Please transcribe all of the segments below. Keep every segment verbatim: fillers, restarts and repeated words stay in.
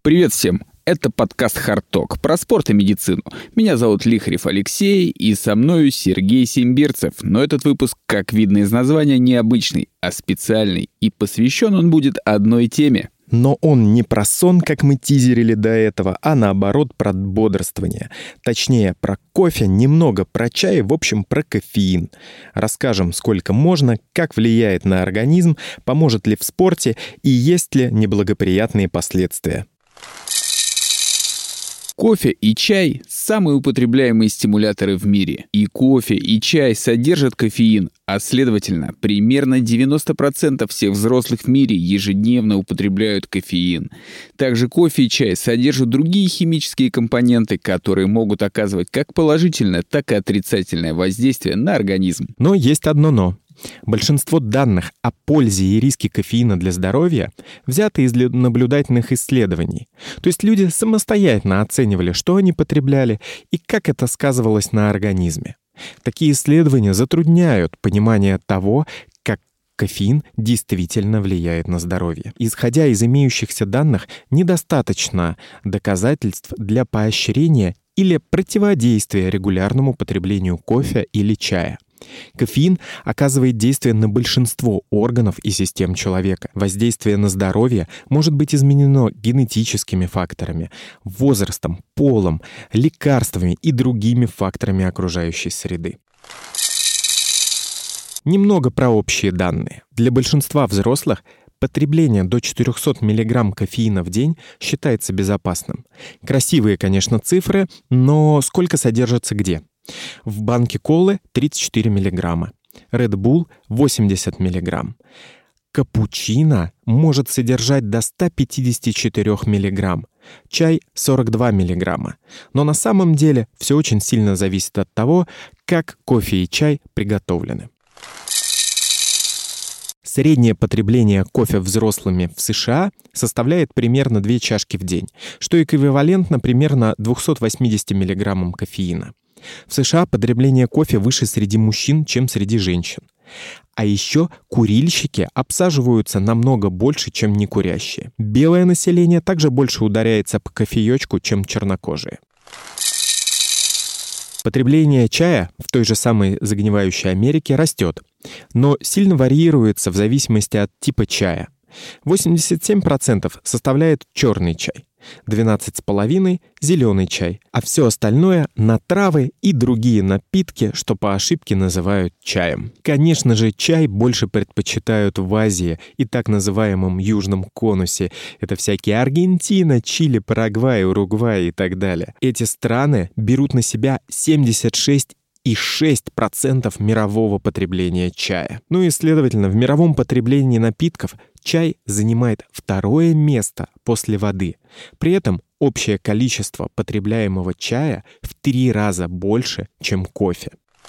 Привет всем! Это подкаст Hard Talk про спорт и медицину. Меня зовут Лихарев Алексей, и со мною Сергей Симбирцев. Но этот выпуск, как видно из названия, необычный, а специальный. И посвящен он будет одной теме. Но он не про сон, как мы тизерили до этого, а наоборот про бодрствование. Точнее, про кофе, немного про чай, в общем, про кофеин. Расскажем, сколько можно, как влияет на организм, поможет ли в спорте и есть ли неблагоприятные последствия. Кофе и чай – самые употребляемые стимуляторы в мире. И кофе, и чай содержат кофеин, а следовательно, примерно девяносто процентов всех взрослых в мире ежедневно употребляют кофеин. Также кофе и чай содержат другие химические компоненты, которые могут оказывать как положительное, так и отрицательное воздействие на организм. Но есть одно «но». Большинство данных о пользе и риске кофеина для здоровья взяты из наблюдательных исследований. То есть люди самостоятельно оценивали, что они потребляли и как это сказывалось на организме. Такие исследования затрудняют понимание того, как кофеин действительно влияет на здоровье. Исходя из имеющихся данных, недостаточно доказательств для поощрения или противодействия регулярному потреблению кофе или чая. Кофеин оказывает действие на большинство органов и систем человека. Воздействие на здоровье может быть изменено генетическими факторами, возрастом, полом, лекарствами и другими факторами окружающей среды. Немного про общие данные. Для большинства взрослых потребление до четыреста миллиграмм кофеина в день считается безопасным. Красивые, конечно, цифры, но сколько содержится где? В банке колы тридцать четыре миллиграмма, Red Bull восемьдесят миллиграмм. Капучино может содержать до ста пятидесяти четырёх миллиграмм, чай сорок два миллиграмма. Но на самом деле все очень сильно зависит от того, как кофе и чай приготовлены. Среднее потребление кофе взрослыми в США составляет примерно две чашки в день, что эквивалентно примерно двумстам восьмидесяти миллиграммам кофеина. В США потребление кофе выше среди мужчин, чем среди женщин. А еще курильщики обсаживаются намного больше, чем некурящие. Белое население также больше ударяется по кофеечку, чем чернокожие. Потребление чая в той же самой загнивающей Америке растет, но сильно варьируется в зависимости от типа чая. восемьдесят семь процентов составляет черный чай, двенадцать целых пять десятых процента зеленый чай, а все остальное на травы и другие напитки, что по ошибке называют чаем. Конечно же, чай больше предпочитают в Азии и так называемом Южном конусе. Это всякие Аргентина, Чили, Парагвай, Уругвай и так далее. Эти страны берут на себя семьдесят шесть и шесть десятых процента мирового потребления чая. Ну и, следовательно, в мировом потреблении напитков чай занимает второе место после воды. При этом общее количество потребляемого чая в три раза больше, чем кофе.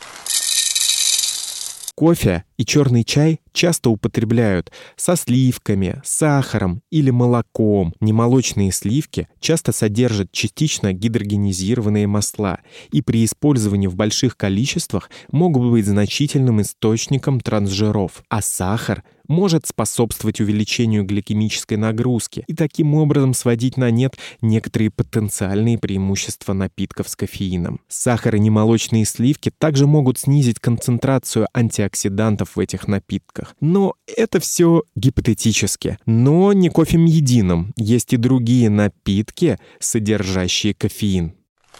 Кофе и черный чай часто употребляют со сливками, сахаром или молоком. Немолочные сливки часто содержат частично гидрогенизированные масла и при использовании в больших количествах могут быть значительным источником трансжиров, а сахар может способствовать увеличению гликемической нагрузки и таким образом сводить на нет некоторые потенциальные преимущества напитков с кофеином. Сахар и немолочные сливки также могут снизить концентрацию антиоксидантов в этих напитках. Но это все гипотетически. Но не кофем единым. Есть и другие напитки, содержащие кофеин.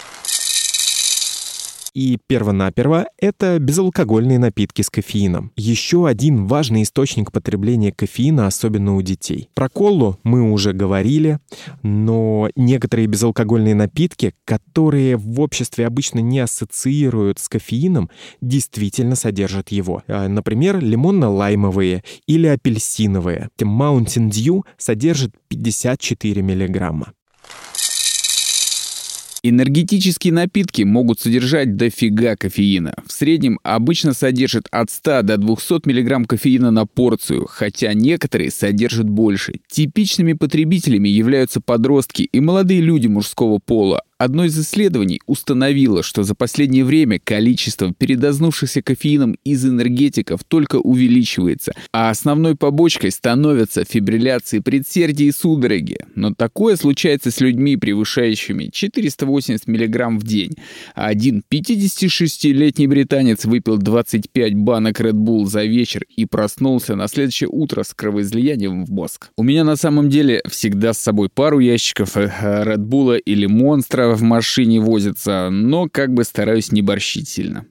И перво-наперво это безалкогольные напитки с кофеином. Еще один важный источник потребления кофеина, особенно у детей. Про колу мы уже говорили, но некоторые безалкогольные напитки, которые в обществе обычно не ассоциируют с кофеином, действительно содержат его. Например, лимонно-лаймовые или апельсиновые. Mountain Dew содержит пятьдесят четыре миллиграмма. Энергетические напитки могут содержать дофига кофеина. В среднем обычно содержат от ста до двухсот миллиграмм кофеина на порцию, хотя некоторые содержат больше. Типичными потребителями являются подростки и молодые люди мужского пола, Одно из исследований установило, что за последнее время количество передознувшихся кофеином из энергетиков только увеличивается, а основной побочкой становятся фибрилляции предсердий и судороги. Но такое случается с людьми, превышающими четыреста восемьдесят миллиграмм в день. Один пятидесятишестилетний британец выпил двадцать пять банок Red Bull за вечер и проснулся на следующее утро с кровоизлиянием в мозг. У меня на самом деле всегда с собой пару ящиков Red Bull или Монстра в машине возится, но как бы стараюсь не борщить сильно.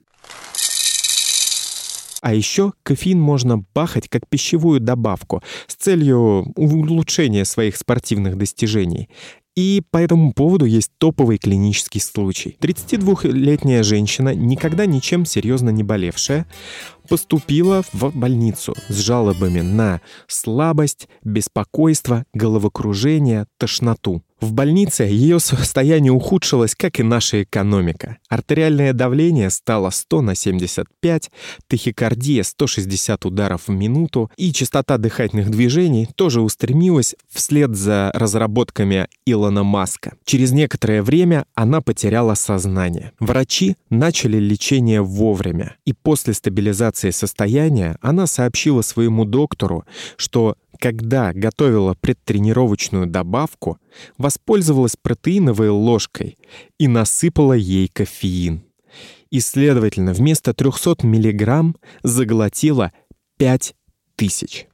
А еще кофеин можно бахать как пищевую добавку с целью улучшения своих спортивных достижений. И по этому поводу есть топовый клинический случай. тридцатидвухлетняя женщина, никогда ничем серьезно не болевшая, поступила в больницу с жалобами на слабость, беспокойство, головокружение, тошноту. В больнице ее состояние ухудшилось, как и наша экономика. Артериальное давление стало сто на семьдесят пять, тахикардия сто шестьдесят ударов в минуту, и частота дыхательных движений тоже устремилась вслед за разработками Илона Маска. Через некоторое время она потеряла сознание. Врачи начали лечение вовремя, и после стабилизации состояния она сообщила своему доктору, что когда готовила предтренировочную добавку, воспользовалась протеиновой ложкой и насыпала ей кофеин. И, следовательно, вместо трехсот миллиграмм заглотила пять тысяч.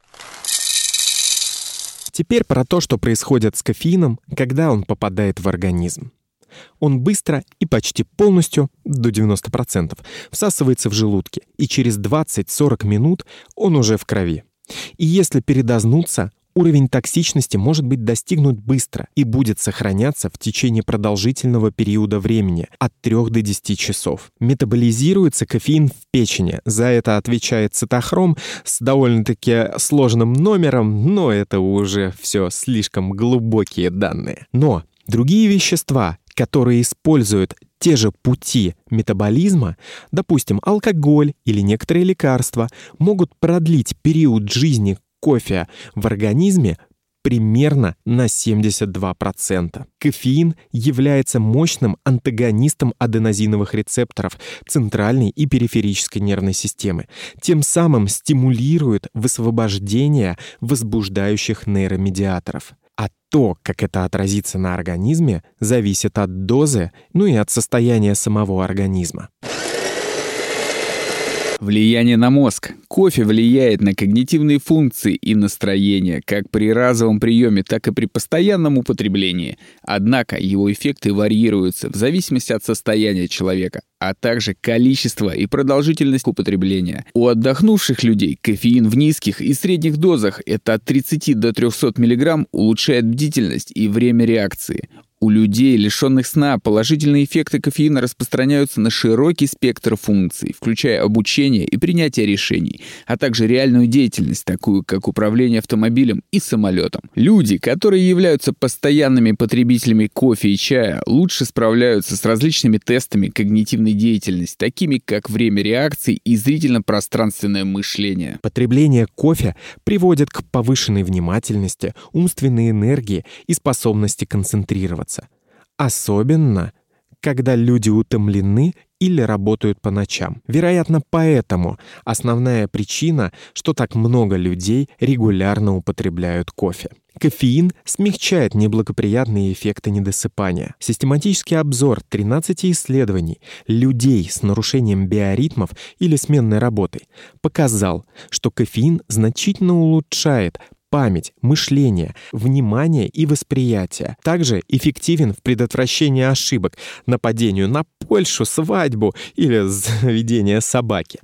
Теперь про то, что происходит с кофеином, когда он попадает в организм. Он быстро и почти полностью, до девяноста процентов, всасывается в желудке, и через двадцать-сорок минут он уже в крови. И если передознуться, уровень токсичности может быть достигнут быстро и будет сохраняться в течение продолжительного периода времени от трёх до десяти часов. Метаболизируется кофеин в печени. За это отвечает цитохром с довольно-таки сложным номером, но это уже все слишком глубокие данные. Но другие вещества, которые используют те же пути метаболизма, допустим, алкоголь или некоторые лекарства, могут продлить период жизни кофе в организме примерно на семьдесят два процента. Кофеин является мощным антагонистом аденозиновых рецепторов центральной и периферической нервной системы, тем самым стимулирует высвобождение возбуждающих нейромедиаторов. А то, как это отразится на организме, зависит от дозы, ну и от состояния самого организма. Влияние на мозг. Кофе влияет на когнитивные функции и настроение, как при разовом приеме, так и при постоянном употреблении. Однако его эффекты варьируются в зависимости от состояния человека, а также количество и продолжительность употребления. У отдохнувших людей кофеин в низких и средних дозах, это от тридцати до трёхсот миллиграмм, улучшает бдительность и время реакции. У людей, лишенных сна, положительные эффекты кофеина распространяются на широкий спектр функций, включая обучение и принятие решений, а также реальную деятельность, такую как управление автомобилем и самолетом. Люди, которые являются постоянными потребителями кофе и чая, лучше справляются с различными тестами когнитивной деятельности, такими как время реакций и зрительно-пространственное мышление. Потребление кофе приводит к повышенной внимательности, умственной энергии и способности концентрироваться. Особенно, когда люди утомлены или работают по ночам. Вероятно, поэтому основная причина, что так много людей регулярно употребляют кофе. Кофеин смягчает неблагоприятные эффекты недосыпания. Систематический обзор тринадцати исследований людей с нарушением биоритмов или сменной работой показал, что кофеин значительно улучшает память, мышление, внимание и восприятие. Также эффективен в предотвращении ошибок, нападению на Польшу, свадьбу или заведение собаки.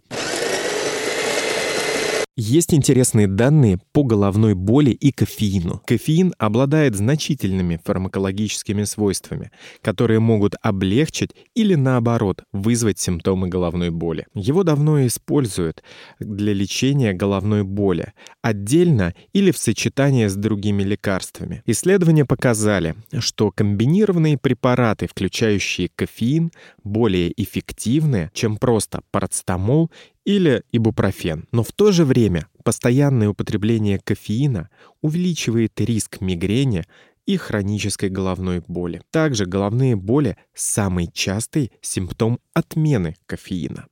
Есть интересные данные по головной боли и кофеину. Кофеин обладает значительными фармакологическими свойствами, которые могут облегчить или, наоборот, вызвать симптомы головной боли. Его давно используют для лечения головной боли, отдельно или в сочетании с другими лекарствами. Исследования показали, что комбинированные препараты, включающие кофеин, более эффективны, чем просто парацетамол или ибупрофен. Но в то же время постоянное употребление кофеина увеличивает риск мигрени и хронической головной боли. Также головные боли – самый частый симптом отмены кофеина.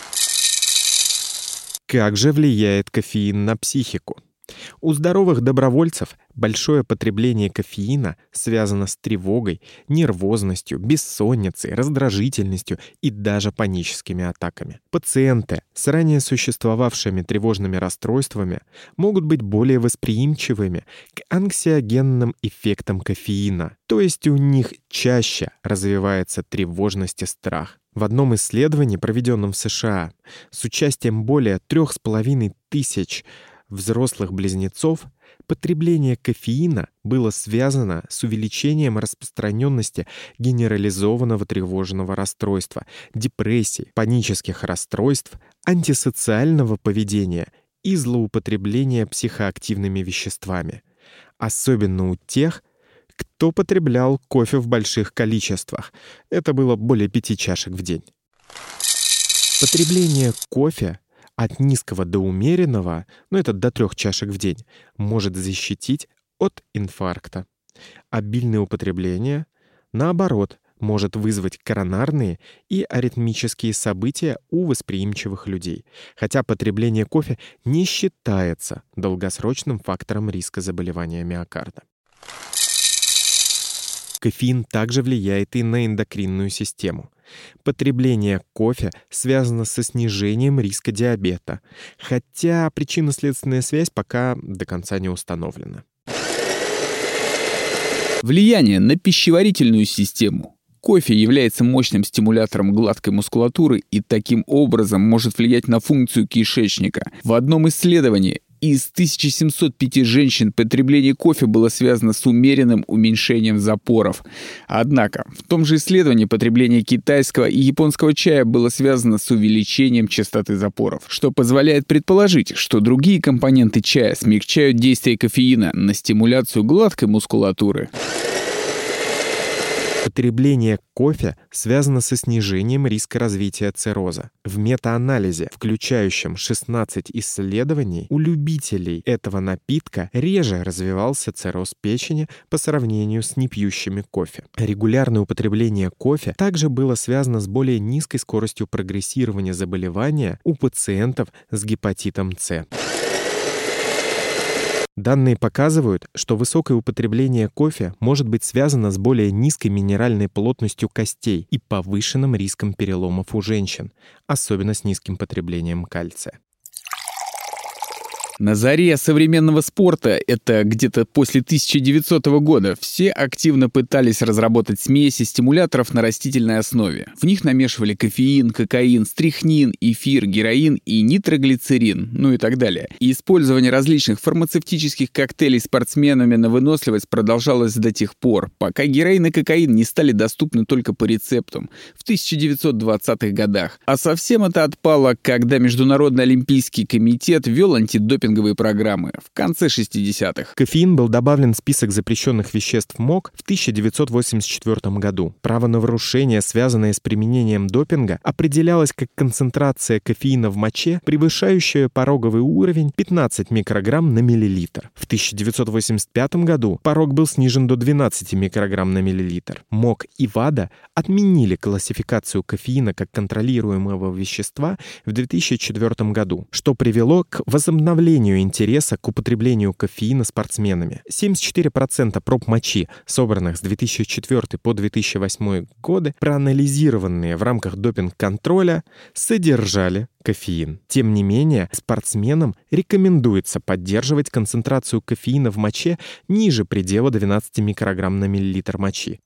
Как же влияет кофеин на психику? У здоровых добровольцев большое потребление кофеина связано с тревогой, нервозностью, бессонницей, раздражительностью и даже паническими атаками. Пациенты с ранее существовавшими тревожными расстройствами могут быть более восприимчивыми к анксиогенным эффектам кофеина, то есть у них чаще развивается тревожность и страх. В одном исследовании, проведенном в США, с участием более трех с половиной тысяч взрослых близнецов, потребление кофеина было связано с увеличением распространенности генерализованного тревожного расстройства, депрессии, панических расстройств, антисоциального поведения и злоупотребления психоактивными веществами. Особенно у тех, кто потреблял кофе в больших количествах. Это было более пяти чашек в день. Потребление кофе от низкого до умеренного, ну это до трех чашек в день, может защитить от инфаркта. Обильное употребление, наоборот, может вызвать коронарные и аритмические события у восприимчивых людей, хотя потребление кофе не считается долгосрочным фактором риска заболевания миокарда. Кофеин также влияет и на эндокринную систему. Потребление кофе связано со снижением риска диабета, хотя причинно-следственная связь пока до конца не установлена. Влияние на пищеварительную систему. Кофе является мощным стимулятором гладкой мускулатуры и таким образом может влиять на функцию кишечника. В одном исследовании из тысячи семисот пяти женщин потребление кофе было связано с умеренным уменьшением запоров. Однако, в том же исследовании потребление китайского и японского чая было связано с увеличением частоты запоров, что позволяет предположить, что другие компоненты чая смягчают действие кофеина на стимуляцию гладкой мускулатуры. Потребление кофе связано со снижением риска развития цирроза. В метаанализе, включающем шестнадцать исследований, у любителей этого напитка реже развивался цирроз печени по сравнению с непьющими кофе. Регулярное употребление кофе также было связано с более низкой скоростью прогрессирования заболевания у пациентов с гепатитом С. Данные показывают, что высокое употребление кофе может быть связано с более низкой минеральной плотностью костей и повышенным риском переломов у женщин, особенно с низким потреблением кальция. На заре современного спорта, это где-то после тысяча девятисотого года, все активно пытались разработать смеси стимуляторов на растительной основе. В них намешивали кофеин, кокаин, стрихнин, эфир, героин и нитроглицерин, ну и так далее. И использование различных фармацевтических коктейлей спортсменами на выносливость продолжалось до тех пор, пока героин и кокаин не стали доступны только по рецептам в тысяча девятьсот двадцатых годах. А совсем это отпало, когда Международный олимпийский комитет ввел антидопинговые программы в конце шестидесятых. Кофеин был добавлен в список запрещенных веществ МОК в тысяча девятьсот восемьдесят четвёртом году. Правонарушение, связанное с применением допинга, определялось как концентрация кофеина в моче, превышающая пороговый уровень пятнадцать микрограмм на миллилитр. В тысяча девятьсот восемьдесят пятом году порог был снижен до двенадцати микрограмм на миллилитр. МОК и ВАДА отменили классификацию кофеина как контролируемого вещества в две тысячи четвёртом году, что привело к возобновлению интереса к употреблению кофеина спортсменами. семьдесят четыре процента проб мочи, собранных с две тысячи четвёртого по две тысячи восьмой годы, проанализированные в рамках допинг-контроля, содержали кофеин. Тем не менее, спортсменам рекомендуется поддерживать концентрацию кофеина в моче ниже предела двенадцати микрограмм на миллилитр мочи.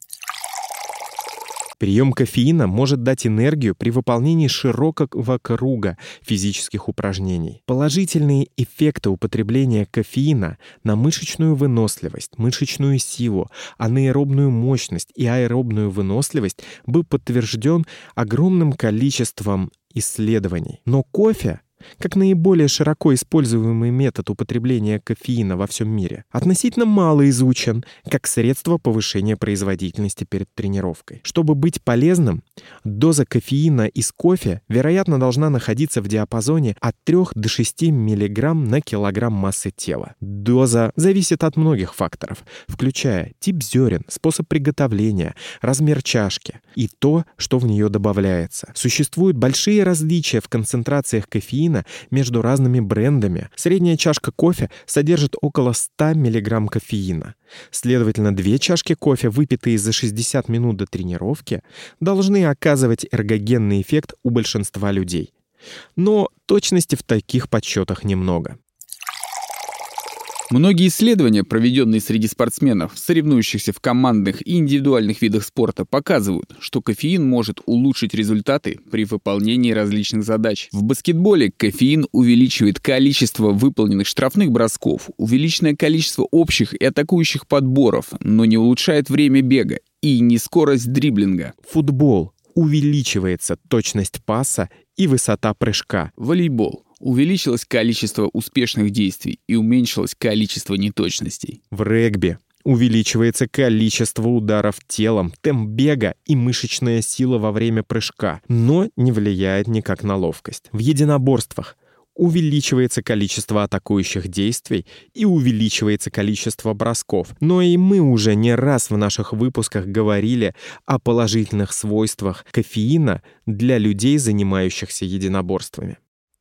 Прием кофеина может дать энергию при выполнении широкого круга физических упражнений. Положительные эффекты употребления кофеина на мышечную выносливость, мышечную силу, анаэробную мощность и аэробную выносливость был подтвержден огромным количеством исследований. Но кофе как наиболее широко используемый метод употребления кофеина во всем мире, относительно мало изучен как средство повышения производительности перед тренировкой. Чтобы быть полезным, доза кофеина из кофе, вероятно, должна находиться в диапазоне от трёх до шести миллиграмм на килограмм массы тела. Доза зависит от многих факторов, включая тип зерен, способ приготовления, размер чашки и то, что в нее добавляется. Существуют большие различия в концентрациях кофеина между разными брендами. Средняя чашка кофе содержит около ста миллиграмм кофеина. Следовательно, две чашки кофе, выпитые за шестьдесят минут до тренировки, должны оказывать эргогенный эффект у большинства людей. Но точности в таких подсчетах немного. Многие исследования, проведенные среди спортсменов, соревнующихся в командных и индивидуальных видах спорта, показывают, что кофеин может улучшить результаты при выполнении различных задач. В баскетболе кофеин увеличивает количество выполненных штрафных бросков, увеличенное количество общих и атакующих подборов, но не улучшает время бега и не скорость дриблинга. Футбол. Увеличивается точность паса и высота прыжка. Волейбол. Увеличилось количество успешных действий и уменьшилось количество неточностей. В регби увеличивается количество ударов телом, темп бега и мышечная сила во время прыжка, но не влияет никак на ловкость. В единоборствах увеличивается количество атакующих действий и увеличивается количество бросков. Но и мы уже не раз в наших выпусках говорили о положительных свойствах кофеина для людей, занимающихся единоборствами.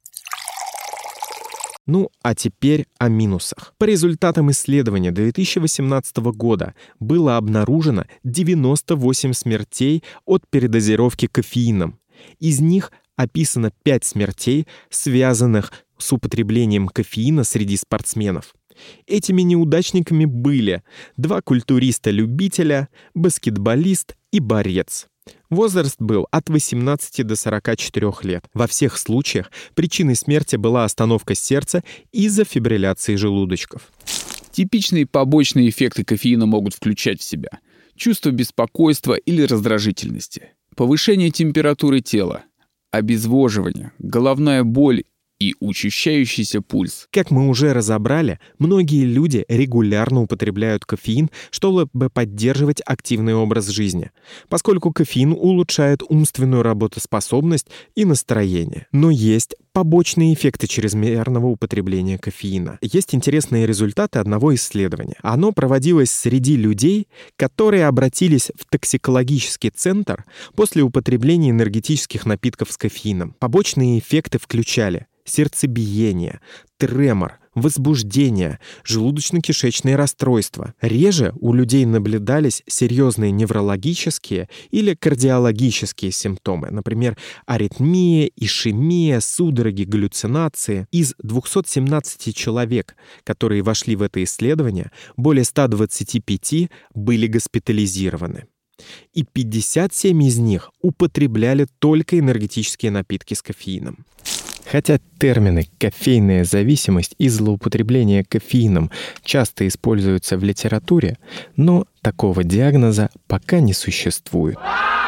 Ну, а теперь о минусах. По результатам исследования две тысячи восемнадцатого года было обнаружено девяносто восемь смертей от передозировки кофеином. Из них описано пять смертей, связанных с употреблением кофеина среди спортсменов. Этими неудачниками были два культуриста-любителя, баскетболист и борец. Возраст был от восемнадцати до сорока четырёх лет. Во всех случаях причиной смерти была остановка сердца из-за фибрилляции желудочков. Типичные побочные эффекты кофеина могут включать в себя чувство беспокойства или раздражительности, повышение температуры тела, обезвоживание, головная боль и учащающийся пульс. Как мы уже разобрали, многие люди регулярно употребляют кофеин, чтобы поддерживать активный образ жизни, поскольку кофеин улучшает умственную работоспособность и настроение. Но есть побочные эффекты чрезмерного употребления кофеина. Есть интересные результаты одного исследования. Оно проводилось среди людей, которые обратились в токсикологический центр после употребления энергетических напитков с кофеином. Побочные эффекты включали сердцебиение, тремор, возбуждение, желудочно-кишечные расстройства. Реже у людей наблюдались серьезные неврологические или кардиологические симптомы, например, аритмия, ишемия, судороги, галлюцинации. Из двухсот семнадцати человек, которые вошли в это исследование, более ста двадцати пяти были госпитализированы. И пятьдесят семь из них употребляли только энергетические напитки с кофеином. Хотя термины «кофейная зависимость» и «злоупотребление кофеином» часто используются в литературе, но такого диагноза пока не существует.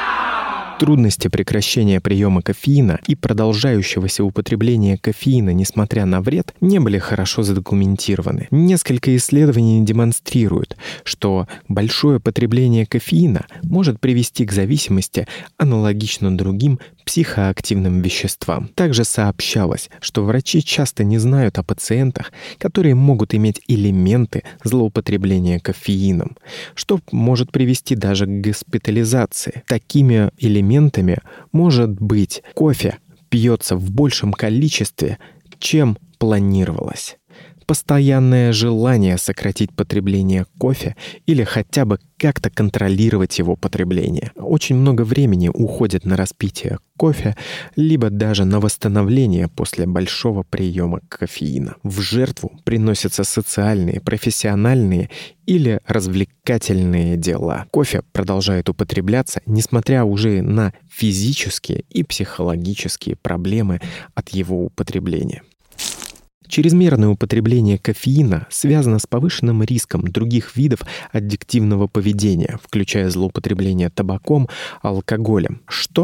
Трудности прекращения приема кофеина и продолжающегося употребления кофеина, несмотря на вред, не были хорошо задокументированы. Несколько исследований демонстрируют, что большое потребление кофеина может привести к зависимости, аналогично другим психоактивным веществам. Также сообщалось, что врачи часто не знают о пациентах, которые могут иметь элементы злоупотребления кофеином, что может привести даже к госпитализации. Такими элементами может быть кофе пьется в большем количестве, чем планировалось. Постоянное желание сократить потребление кофе или хотя бы как-то контролировать его потребление. Очень много времени уходит на распитие кофе, либо даже на восстановление после большого приема кофеина. В жертву приносятся социальные, профессиональные или развлекательные дела. Кофе продолжает употребляться, несмотря уже на физические и психологические проблемы от его употребления. Чрезмерное употребление кофеина связано с повышенным риском других видов аддиктивного поведения, включая злоупотребление табаком, алкоголем, что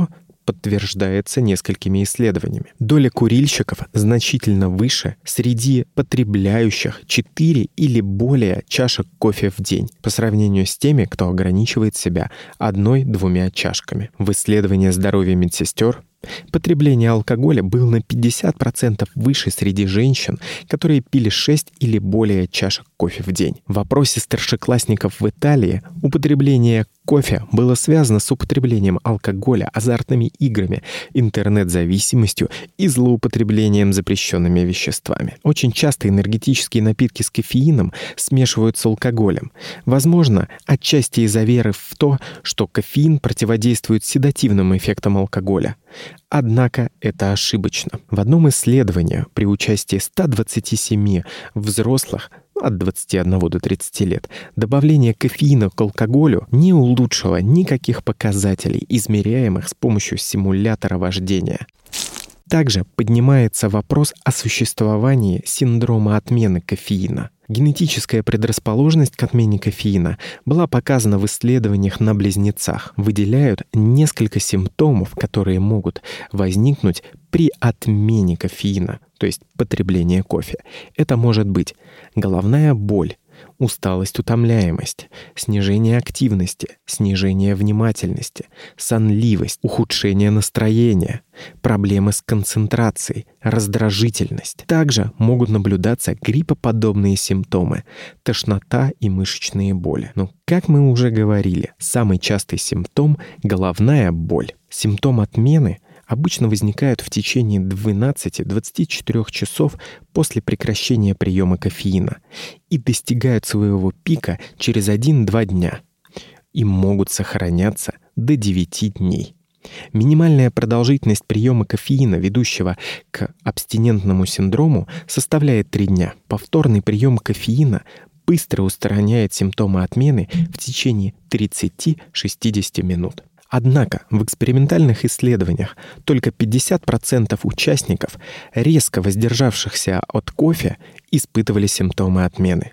подтверждается несколькими исследованиями. Доля курильщиков значительно выше среди потребляющих четыре или более чашек кофе в день по сравнению с теми, кто ограничивает себя одной-двумя чашками. В исследовании здоровья медсестер потребление алкоголя было на пятьдесят процентов выше среди женщин, которые пили шесть или более чашек кофе в день. В опросе старшеклассников в Италии употребление кофе было связано с употреблением алкоголя, азартными играми, интернет-зависимостью и злоупотреблением запрещенными веществами. Очень часто энергетические напитки с кофеином смешивают с алкоголем. Возможно, отчасти из-за веры в то, что кофеин противодействует седативным эффектам алкоголя. Однако это ошибочно. В одном исследовании при участии ста двадцати семи взрослых от двадцати одного до тридцати лет добавление кофеина к алкоголю не улучшило никаких показателей, измеряемых с помощью симулятора вождения. Также поднимается вопрос о существовании синдрома отмены кофеина. Генетическая предрасположенность к отмене кофеина была показана в исследованиях на близнецах. Выделяют несколько симптомов, которые могут возникнуть при отмене кофеина, то есть потреблении кофе. Это может быть головная боль, усталость, утомляемость, снижение активности, снижение внимательности, сонливость, ухудшение настроения, проблемы с концентрацией, раздражительность. Также могут наблюдаться гриппоподобные симптомы, тошнота и мышечные боли. Но, как мы уже говорили, самый частый симптом – головная боль. Симптом отмены обычно возникают в течение двенадцати-двадцати четырёх часов после прекращения приема кофеина и достигают своего пика через один-два дня и могут сохраняться до девяти дней. Минимальная продолжительность приема кофеина, ведущего к абстинентному синдрому, составляет три дня. Повторный прием кофеина быстро устраняет симптомы отмены в течение тридцати-шестидесяти минут. Однако в экспериментальных исследованиях только пятьдесят процентов участников, резко воздержавшихся от кофе, испытывали симптомы отмены.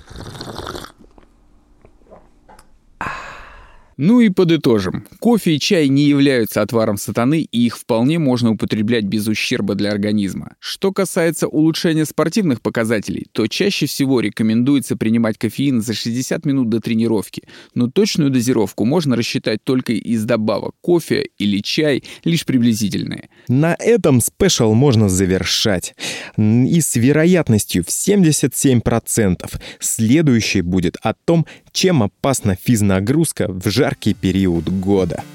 Ну и подытожим. Кофе и чай не являются отваром сатаны, и их вполне можно употреблять без ущерба для организма. Что касается улучшения спортивных показателей, то чаще всего рекомендуется принимать кофеин за шестьдесят минут до тренировки, но точную дозировку можно рассчитать только из добавок кофе или чай, лишь приблизительные. На этом спешл можно завершать. И с вероятностью в семьдесят семь процентов следующий будет о том, чем опасна физнагрузка в жаркий период года.